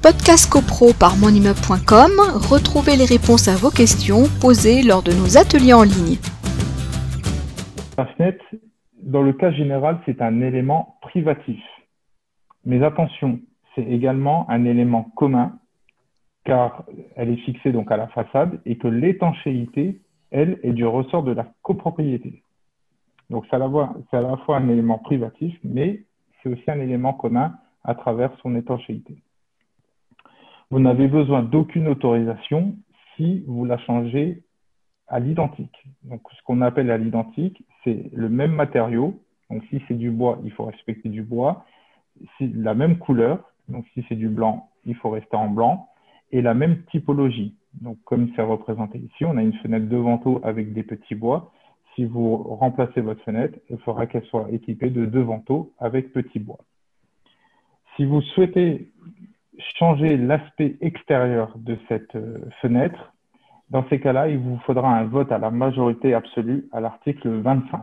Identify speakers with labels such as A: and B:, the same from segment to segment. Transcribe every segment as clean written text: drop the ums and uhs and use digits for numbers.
A: Podcast CoPro par monimmeuble.com, retrouvez les réponses à vos questions posées lors de nos ateliers en ligne.
B: La fenêtre, dans le cas général, c'est un élément privatif. Mais attention, c'est également un élément commun car elle est fixée donc à la façade et que l'étanchéité, elle, est du ressort de la copropriété. Donc c'est à la fois un élément privatif, mais c'est aussi un élément commun à travers son étanchéité. Vous n'avez besoin d'aucune autorisation si vous la changez à l'identique. Donc ce qu'on appelle à l'identique, c'est le même matériau. Donc si c'est du bois, il faut respecter du bois. Si la même couleur, donc si c'est du blanc, il faut rester en blanc. Et la même typologie. Donc comme c'est représenté ici, on a une fenêtre de vantaux avec des petits bois. Si vous remplacez votre fenêtre, il faudra qu'elle soit équipée de 2 vantaux avec petits bois. Si vous souhaitez changer l'aspect extérieur de cette fenêtre, dans ces cas-là, il vous faudra un vote à la majorité absolue à l'article 25.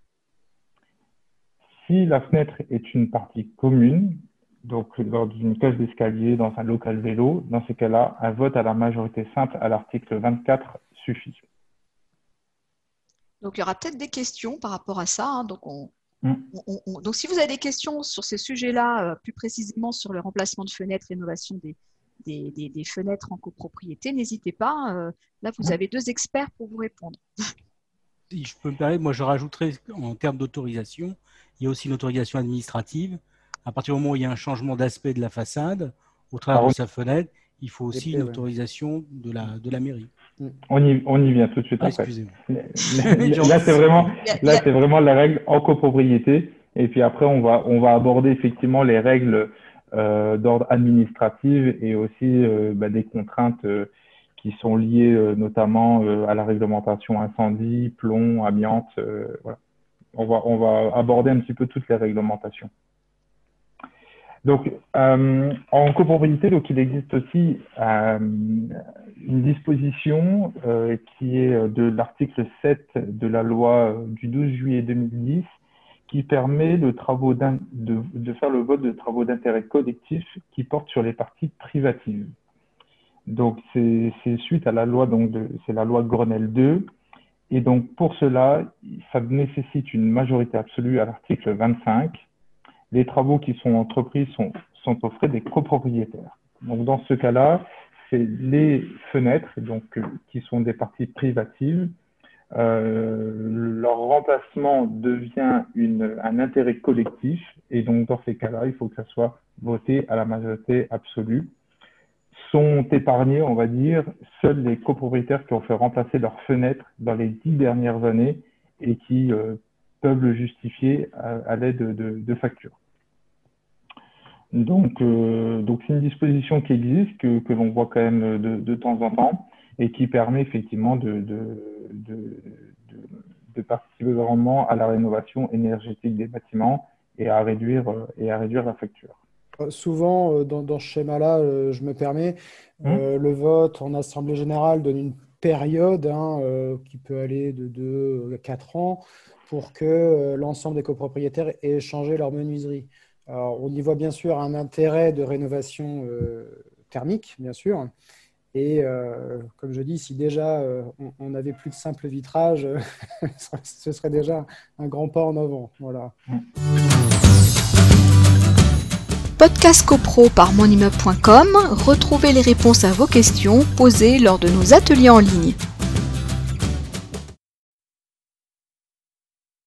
B: Si la fenêtre est une partie commune, donc lors d'une cage d'escalier, dans un local vélo, dans ces cas-là, un vote à la majorité simple à l'article 24 suffit.
A: Donc, il y aura peut-être des questions par rapport à ça. Hein. Donc, si vous avez des questions sur ces sujets-là, plus précisément sur le remplacement de fenêtres, rénovation des fenêtres en copropriété, n'hésitez pas. Là, vous avez 2 experts pour vous répondre.
C: Si je peux me permettre, moi, je rajouterais en termes d'autorisation, il y a aussi une autorisation administrative. À partir du moment où il y a un changement d'aspect de la façade, au travers de sa fenêtre, il faut aussi une autorisation de la mairie.
B: On y vient tout de suite après.
C: Excusez-moi.
B: Là, c'est vraiment la règle en copropriété. Et puis après, on va aborder effectivement les règles d'ordre administratif et aussi des contraintes qui sont liées notamment à la réglementation incendie, plomb, amiante. Voilà. On va aborder un petit peu toutes les réglementations. Donc, en copropriété, donc, il existe aussi une disposition qui est de l'article 7 de la loi du 12 juillet 2010 qui permet de faire le vote de travaux d'intérêt collectif qui portent sur les parties privatives. Donc, c'est suite à la loi, c'est la loi Grenelle 2. Et donc, pour cela, ça nécessite une majorité absolue à l'article 25. Les travaux qui sont entrepris sont aux frais des copropriétaires. Donc, dans ce cas-là, c'est les fenêtres qui sont des parties privatives. Leur remplacement devient un intérêt collectif. Et donc, dans ces cas-là, il faut que ça soit voté à la majorité absolue. Sont épargnés, on va dire, seuls les copropriétaires qui ont fait remplacer leurs fenêtres dans les 10 dernières années et qui peuvent le justifier à l'aide de factures. Donc c'est une disposition qui existe, que l'on voit quand même de temps en temps et qui permet effectivement de participer vraiment à la rénovation énergétique des bâtiments et à réduire la facture.
D: Souvent, dans ce schéma-là, je me permets, le vote en Assemblée générale donne une période qui peut aller de 2 à 4 ans pour que l'ensemble des copropriétaires aient changé leur menuiserie. Alors, on y voit bien sûr un intérêt de rénovation thermique, bien sûr. Et comme je dis, si déjà on n'avait plus de simple vitrage, ce serait déjà un grand pas en avant. Voilà.
A: Podcast CoPro par monimmeuble.com, retrouvez les réponses à vos questions posées lors de nos ateliers en ligne.